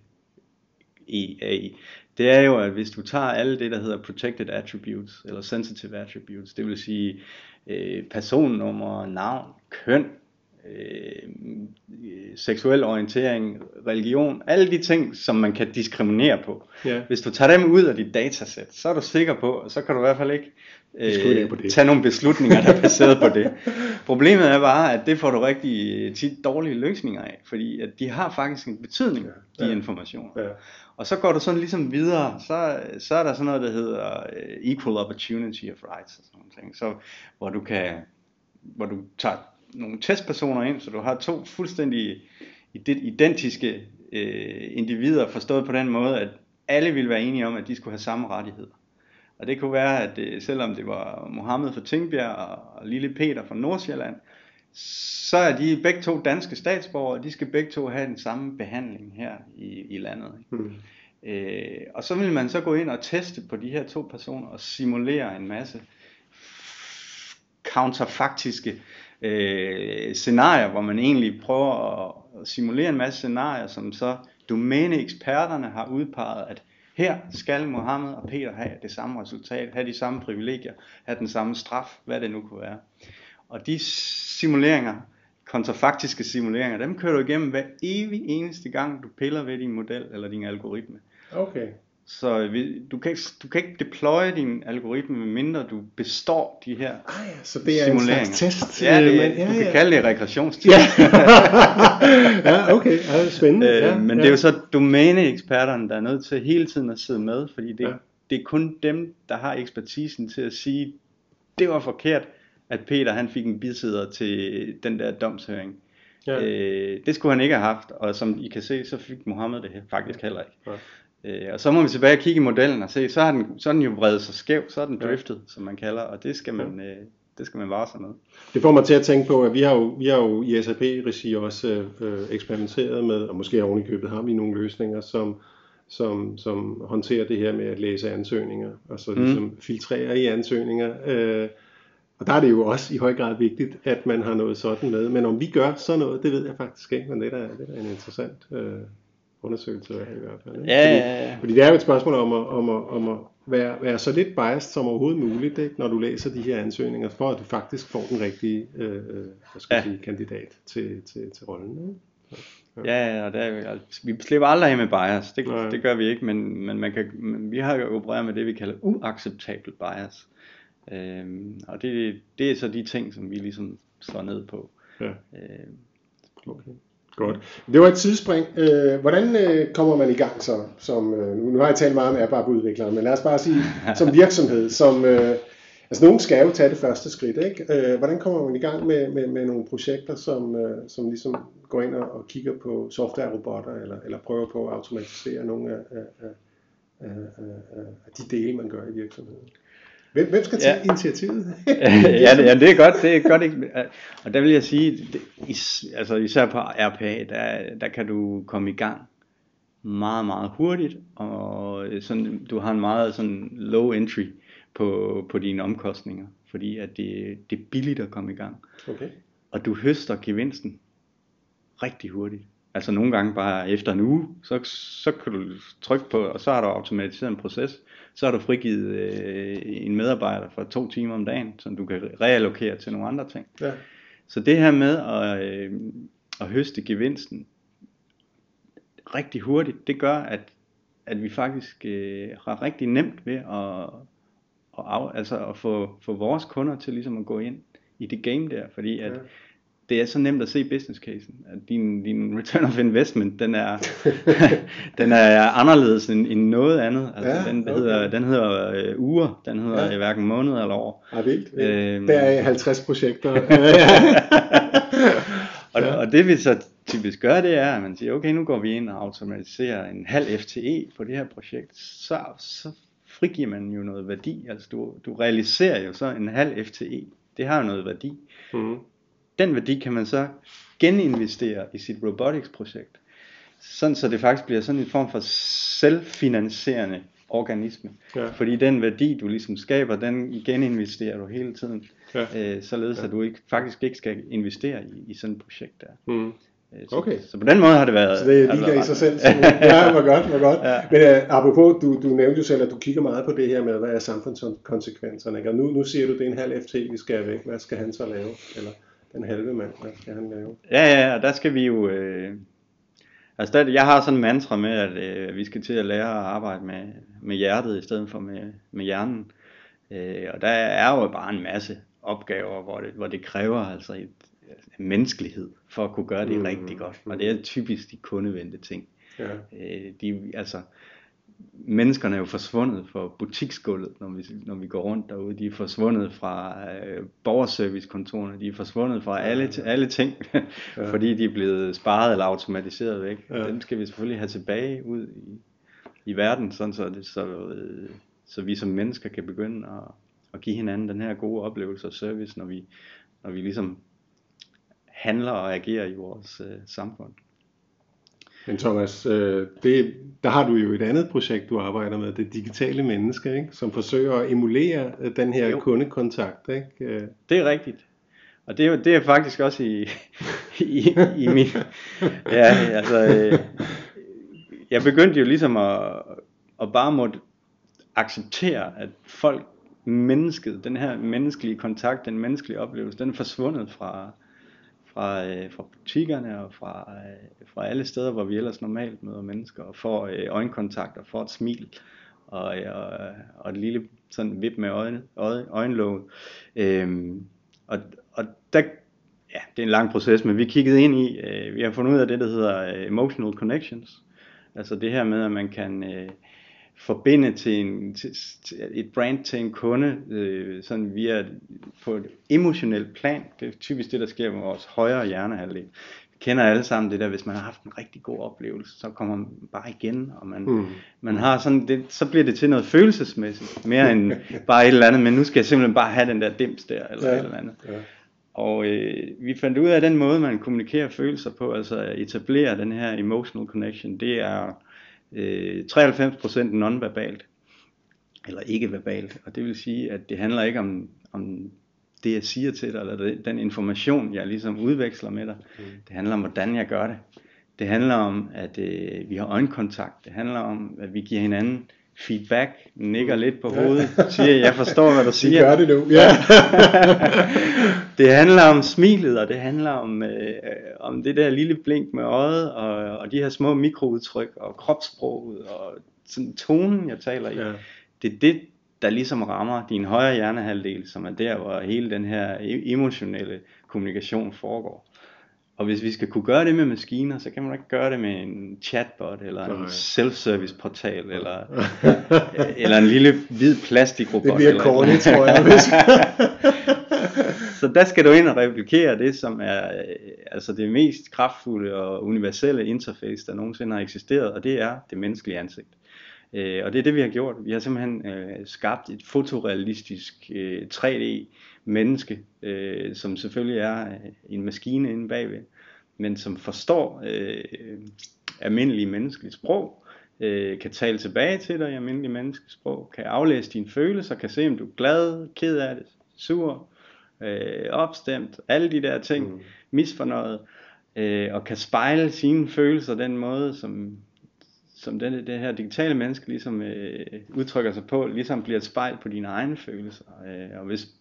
A I, det er jo, at hvis du tager alle det, der hedder protected attributes, eller sensitive attributes, det vil sige øh, personnummer, navn, køn, øh, seksuel orientering, religion, alle de ting, som man kan diskriminere på. Yeah. Hvis du tager dem ud af dit datasæt, så er du sikker på, og så kan du i hvert fald ikke øh, tage nogle beslutninger, der er baseret på det. Problemet er bare, at det får du rigtig tit dårlige løsninger af, fordi at de har faktisk en betydning, de ja. informationer. Ja. Og så går du sådan ligesom videre, så, så er der sådan noget, der hedder equal opportunity of rights, og sådan nogle ting, så, hvor du kan, hvor du tager nogle testpersoner ind, så du har to fuldstændig identiske øh, individer, forstået på den måde, at alle ville være enige om, at de skulle have samme rettigheder. Og det kunne være, at øh, selvom det var Mohammed fra Tingbjerg og, og lille Peter fra Nordsjælland, så er de begge to danske statsborgere, og de skal begge to have den samme behandling her i, i landet. Mm. Øh, og så vil man så gå ind og teste på de her to personer og simulere en masse counterfaktiske øh, scenarier, hvor man egentlig prøver at simulere en masse scenarier, som så domæneeksperterne har udpeget, at her skal Mohammed og Peter have det samme resultat, have de samme privilegier, have den samme straf, hvad det nu kunne være. Og de simuleringer, kontrafaktiske simuleringer, dem kører du igennem hver evig eneste gang, du piller ved din model eller din algoritme. Okay. Så du kan, ikke, du kan ikke deploye din algoritme, medmindre du består de her ah, ja, så det er simuleringer. En slags test. Ja, det, ja, du ja, kan ja. kalde det regressionstest. Ja, ja okay, ja, det er spændende. Øh, ja, men ja. det er jo så domæneeksperterne, der er nødt til hele tiden at sidde med, fordi det, ja. det er kun dem, der har ekspertisen til at sige, det var forkert, at Peter han fik en bisidder til den der domshøring. Ja. Øh, det skulle han ikke have haft, og som I kan se, så fik Mohammed det faktisk heller ikke. Ja. Øh, og så må vi tilbage og kigge i modellen og se, så har den, så er den jo vredet sig skæv, så er den driftet, ja. som man kalder, og det skal man, øh, det skal man vare sig med. Det får mig til at tænke på, at vi har jo, vi har jo i S A P-regi også øh, eksperimenteret med, og måske oven i købet har vi nogle løsninger, som, som, som håndterer det her med at læse ansøgninger, og så ligesom mm. filtrere i ansøgninger. Øh, og der er det jo også i høj grad vigtigt, at man har noget sådan med. Men om vi gør sådan noget, det ved jeg faktisk ikke, men det er, det er en interessant øh, undersøgelse i hvert fald. Ikke? Ja, ja, ja. Fordi, fordi det er jo et spørgsmål om at, om at, om at være, være så lidt biased som overhovedet muligt, ikke, når du læser de her ansøgninger, for at du faktisk får den rigtige øh, hvad skal jeg Ja. sige, kandidat til, til, til rollen. Ikke? Ja, og der, er- altså, vi slipper aldrig af med bias, det, Nej. det gør vi ikke, men, men, man kan, men vi har jo opereret med det, vi kalder uacceptabel bias. Øhm, og det, det er så de ting, som vi ligesom slår ned på. Ja. Øhm, Okay. Godt. Det var et tidsspring. Øh, hvordan øh, kommer man i gang så? Som, øh, nu har jeg talt meget om AppApp-udviklere, men lad os bare sige, som virksomhed, som, øh, altså nogen skal jo tage det første skridt, ikke? Øh, hvordan kommer man i gang med, med, med nogle projekter, som, øh, som ligesom går ind og, og kigger på software-robotter, eller, eller prøver på at automatisere nogle af, af, af, af, af, af de dele, man gør i virksomheden? Hvem, hvem skal tage Ja. initiativet? ja, det, ja, det er godt, det er godt ikke. Og der vil jeg sige, det, is, altså især på R P A, der, der kan du komme i gang meget, meget hurtigt, og sådan, du har en meget sådan low entry på, på dine omkostninger, fordi at det, det er billigt at komme i gang. Okay. Og du høster gevinsten rigtig hurtigt. Altså nogle gange bare efter en uge, så, så kan du trykke på, og så har du automatiseret en proces. Så har du frigivet øh, en medarbejder for to timer om dagen, som du kan reallokere til nogle andre ting. Ja. Så det her med at, øh, at høste gevinsten rigtig hurtigt, det gør, at, at vi faktisk øh, har rigtig nemt ved at, at, af, altså at få, få vores kunder til ligesom at gå ind i det game der, fordi at Ja. det er så nemt at se business casen, at din, din return of investment, den er, den er anderledes end, end noget andet. Altså, Ja, den, okay. hedder, den hedder øh, uger, den hedder Ja. ja. hverken måneder eller år. Ja, vildt. vildt. Øhm. Der er halvtreds projekter. og, Ja. og det vi så typisk gør, det er, at man siger, okay, nu går vi ind og automatiserer en halv F T E på det her projekt, så, så frigiver man jo noget værdi. Altså du, du realiserer jo så en halv F T E. Det har jo noget værdi. Mm. Den værdi kan man så geninvestere i sit robotics-projekt, sådan så det faktisk bliver sådan en form for selvfinansierende organisme. Ja. Fordi den værdi, du ligesom skaber, den geninvesterer du hele tiden, Ja. øh, således Ja. at du ikke, faktisk ikke skal investere i, i sådan et projekt der. Mm. Øh, Så, Okay. så på den måde har det været... Så det har ligger været i ret- sig selv. Så, ja, hvor godt, hvor godt. Ja. Men uh, apropos, du, du nævnte jo selv, at du kigger meget på det her med, hvad er samfundskonsekvenserne. Ikke? Og nu, nu siger du, det er en halv F T, vi skal væk. Hvad skal han så lave? Eller den halve mand, hvad skal han lave? Ja, ja, og der skal vi jo... Øh, altså der, jeg har sådan en mantra med, at øh, vi skal til at lære at arbejde med, med hjertet i stedet for med, med hjernen. Øh, og der er jo bare en masse opgaver, hvor det, hvor det kræver altså et, en menneskelighed for at kunne gøre det Mm, mm, rigtig godt. Og det er typisk de kundevendte ting. Ja. Øh, de, altså, menneskerne er jo forsvundet fra butiksgulvet, når vi, når vi går rundt derude. De er forsvundet fra øh, borgerservicekontorerne. De er forsvundet fra alle, alle ting, Ja. fordi de er blevet sparet eller automatiseret væk. Ja. Dem skal vi selvfølgelig have tilbage ud i, i verden, sådan så, det, så, øh, så vi som mennesker kan begynde at, at give hinanden den her gode oplevelse og service, når vi, når vi ligesom handler og agerer i vores øh, samfund. Men Thomas, øh, det, der har du jo et andet projekt, du arbejder med, det digitale menneske, ikke? Som forsøger at emulere øh, den her Jo. kundekontakt. Ikke? Øh, Det er rigtigt. Og det er, jo- det er faktisk også i, i, i min... Ja, altså... Øh, jeg begyndte jo ligesom at, at bare måtte acceptere, at folk, mennesket, den her menneskelige kontakt, den menneskelige oplevelse, den er forsvundet fra, fra, øh, fra butikkerne og fra, øh, fra alle steder, hvor vi ellers normalt møder mennesker og får øh, øjenkontakt og får et smil og, øh, og, og et lille sådan vip med øjne, øje, øjenlåget. Øhm, og, og der, ja, det er en lang proces, men vi kiggede ind i, øh, vi har fundet ud af det, der hedder øh, emotional connections. Altså det her med, at man kan øh, forbinde til, en, til, til et brand til en kunde, øh, sådan via på et emotionelt plan. Det er typisk det, der sker med vores højre hjernehalvdel. Vi kender alle sammen det der, hvis man har haft en rigtig god oplevelse, så kommer man bare igen, og man, Mm. man har sådan det, så bliver det til noget følelsesmæssigt, mere end bare et eller andet, men nu skal jeg simpelthen bare have den der dims der, eller Ja. et eller andet. Ja. Og øh, vi fandt ud af den måde, man kommunikerer følelser på, altså at etablere den her emotional connection, det er øh, treoghalvfems procent nonverbalt, eller ikke verbalt, og det vil sige, at det handler ikke om, om det, jeg siger til dig, eller det- den information, jeg ligesom udveksler med dig. Mm. Det handler om, hvordan jeg gør det. Det handler om, at øh, vi har øjenkontakt. Det handler om, at vi giver hinanden feedback, nikker lidt på hovedet, siger, jeg forstår, hvad du siger. Vi gør det nu, ja. Det handler om smilet, og det handler om, øh, om det der lille blink med øjet, og, og de her små mikroudtryk, og kropssproget, og sådan tonen, jeg taler i. Ja. Det er det, der ligesom rammer din højre hjernehalvdel, som er der, hvor hele den her emotionelle kommunikation foregår. Og hvis vi skal kunne gøre det med maskiner, så kan man ikke gøre det med en chatbot, eller en self-service portal, eller, eller en lille hvid plastikrobot. Det bliver kortigt, tror jeg. Så der skal du ind og replikere det, som er altså det mest kraftfulde og universelle interface, der nogensinde har eksisteret, og det er det menneskelige ansigt. Øh, og det er det, vi har gjort. Vi har simpelthen øh, skabt et fotorealistisk øh, tre D menneske, øh, som selvfølgelig er øh, en maskine inde bagved, men som forstår øh, almindelige menneskelige sprog, øh, kan tale tilbage til dig i almindelige menneskelige sprog, kan aflæse dine følelser, kan se om du er glad, ked af det, sur, øh, opstemt, alle de der ting, mm. misfornøjet, øh, og kan spejle sine følelser den måde, som som det, det her digitale menneske ligesom øh, udtrykker sig på, ligesom bliver et spejl på dine egne følelser. Øh, og hvis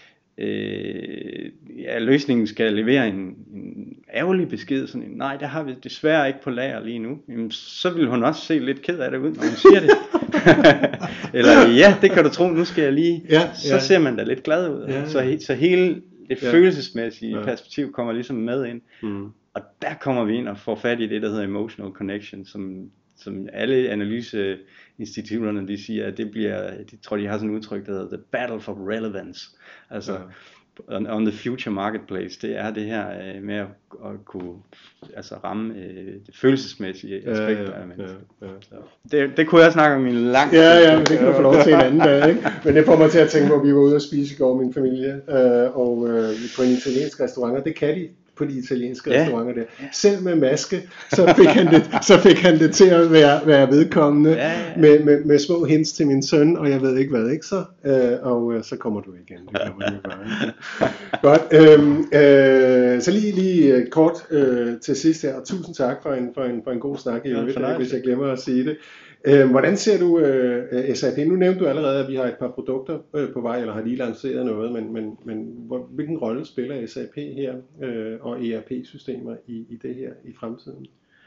øh, ja, løsningen skal levere en, en ærgerlig besked, sådan en, nej, det har vi desværre ikke på lager lige nu, jamen, så vil hun også se lidt ked af det ud, når hun siger det. Eller ja, det kan du tro, nu skal jeg lige, ja, så ja. ser man da lidt glad ud. Ja, ja. Så, så hele det ja. følelsesmæssige ja. perspektiv kommer ligesom med ind. Mm. Og der kommer vi ind og får fat i det, der hedder emotional connection, som som alle analyseinstitutterne, de siger, at det bliver, de tror, de har sådan et udtryk, der hedder the battle for relevance. Altså, ja. on, on the future marketplace, det er det her øh, med at, at kunne altså ramme øh, det følelsesmæssige aspekt af mennesket. Ja, ja, ja. Det, det kunne jeg snakke om i en lang tid. Ja, ja, men det kan du få lov til en anden dag, ikke? Men det får mig til at tænke på, at vi var ude at spise i går, min familie, øh, og øh, på en italiensk restaurant, og det kan de på de italienske ja. restauranter der. Selv med maske, så fik han det, så fik han det til at være, være vedkommende ja, ja. Med, med, med små hints til min søn, og jeg ved ikke hvad, ikke så? Øh, og øh, så kommer du igen. Det kan man jo bare. Godt. Øh, øh, så lige, lige kort øh, til sidst her, og tusind tak for en, for en, for en god snak i øvrigt, ja, hvis jeg glemmer at sige det. Øh, hvordan ser du øh, S A P? Nu nævnte du allerede, at vi har et par produkter øh, på vej, eller har lige lanceret noget, men, men, men hvor, hvilken rolle spiller S A P her øh, og E R P-systemer i, i det her i fremtiden?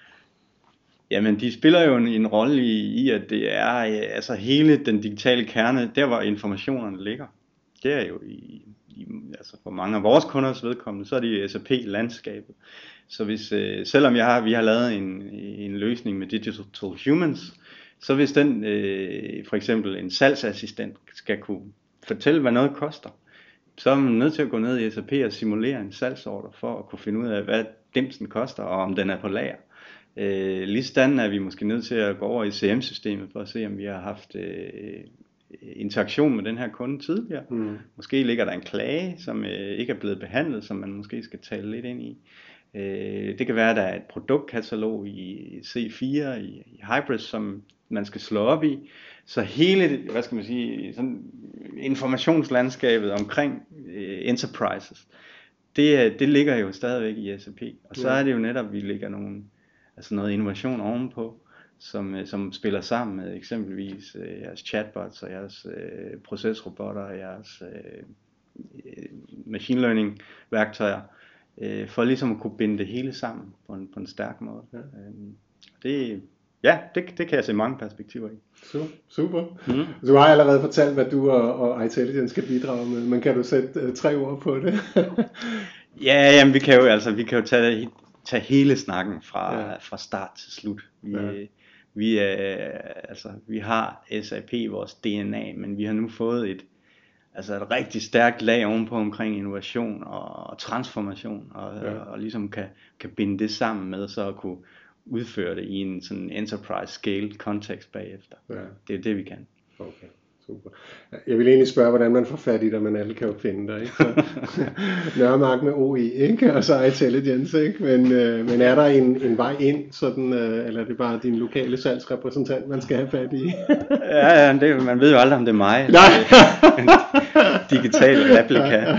Jamen, de spiller jo en, en rolle i, i, at det er øh, altså hele den digitale kerne, der hvor informationerne ligger. Det er jo i, i altså for mange af vores kunders vedkommende, så er det i S A P-landskabet. Så hvis, øh, selvom jeg har, vi har lavet en, en løsning med Digital Humans, så hvis den øh, for eksempel en salgsassistent skal kunne fortælle, hvad noget koster, så er man nødt til at gå ned i S A P og simulere en salgsordre for at kunne finde ud af, hvad dimsen koster, og om den er på lager. Øh, Ligesådan er vi måske nødt til at gå over i C M-systemet for at se, om vi har haft øh, interaktion med den her kunde tidligere. Mm. Måske ligger der en klage, som øh, ikke er blevet behandlet, som man måske skal tale lidt ind i. Øh, det kan være, at der er et produktkatalog i C fire, i, i Hybris, som man skal slå op i. Så hele, hvad skal man sige, sådan informationslandskabet omkring øh, enterprises, det, det ligger jo stadigvæk i S A P. Og så er det jo netop, at vi lægger nogle, altså noget innovation ovenpå, som, som spiller sammen med eksempelvis øh, jeres chatbots og jeres øh, procesrobotter og jeres øh, machine learning værktøjer, øh, for ligesom at kunne binde det hele sammen på en, på en stærk måde. Ja. Det Ja, det, det kan jeg se mange perspektiver i. Super. Mm. Du har allerede fortalt, hvad du og, og iTelligence skal bidrage med, men kan du sætte uh, tre ord på det? ja, jamen, vi kan jo altså vi kan jo tage, tage hele snakken fra, ja. fra start til slut. Vi, ja. vi, er, altså, vi har S A P i vores D N A, men vi har nu fået et, altså et rigtig stærkt lag ovenpå omkring innovation og, og transformation, og, ja. og, og ligesom kan, kan binde det sammen med så at kunne udføre det i en sådan enterprise scale kontekst bagefter. Ja. Det er det vi kan. Okay, super. Jeg vil egentlig spørge, hvordan man får fat i dig, men alle kan jo finde dig, ikke? Så, Nørremark med O E, ikke? Og så iTelligence, ikke? Men, øh, men er der en, en vej ind, sådan, øh, eller er det bare din lokale salgsrepræsentant, man skal have fat i? ja, ja det, man ved jo aldrig, om det er mig. Nej. En digital replika.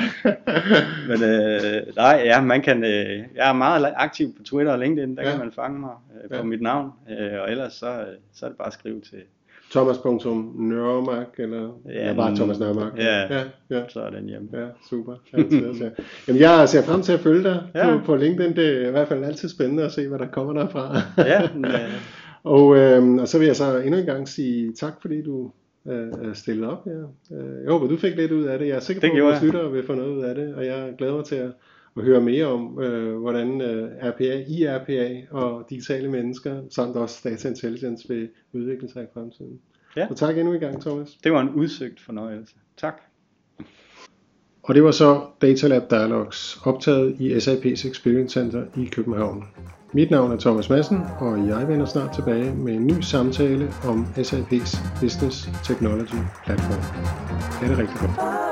Men øh, nej, ja, man kan, øh, jeg er meget aktiv på Twitter og LinkedIn, der ja. kan man fange mig øh, på ja. mit navn, øh, og ellers så, så er det bare at skrive til Thomas punktum Nørremark, eller ja, ja, bare Thomas Nørremark. Ja, ja, ja, så er den hjemme. Ja, super. Altid, altså. Jamen, jeg ser frem til at følge dig ja. på, på LinkedIn. Det er i hvert fald altid spændende at se, hvad der kommer derfra. Ja, ja. og, øh, og så vil jeg så endnu en gang sige tak, fordi du øh, stillede op her. Jeg håber, du fik lidt ud af det. Jeg er sikker på, at vores lyttere vil få noget ud af det, og jeg glæder mig til at og høre mere om, øh, hvordan øh, R P A, I R P A og digitale mennesker, samt også data intelligence vil udvikle sig i fremtiden. Ja. Så tak endnu en gang, Thomas. Det var en udsøgt fornøjelse. Tak. Og det var så Data Lab Dialogs, optaget i S A P's Experience Center i København. Mit navn er Thomas Madsen, og jeg vender snart tilbage med en ny samtale om S A P's Business Technology Platform. Ha' det rigtig godt.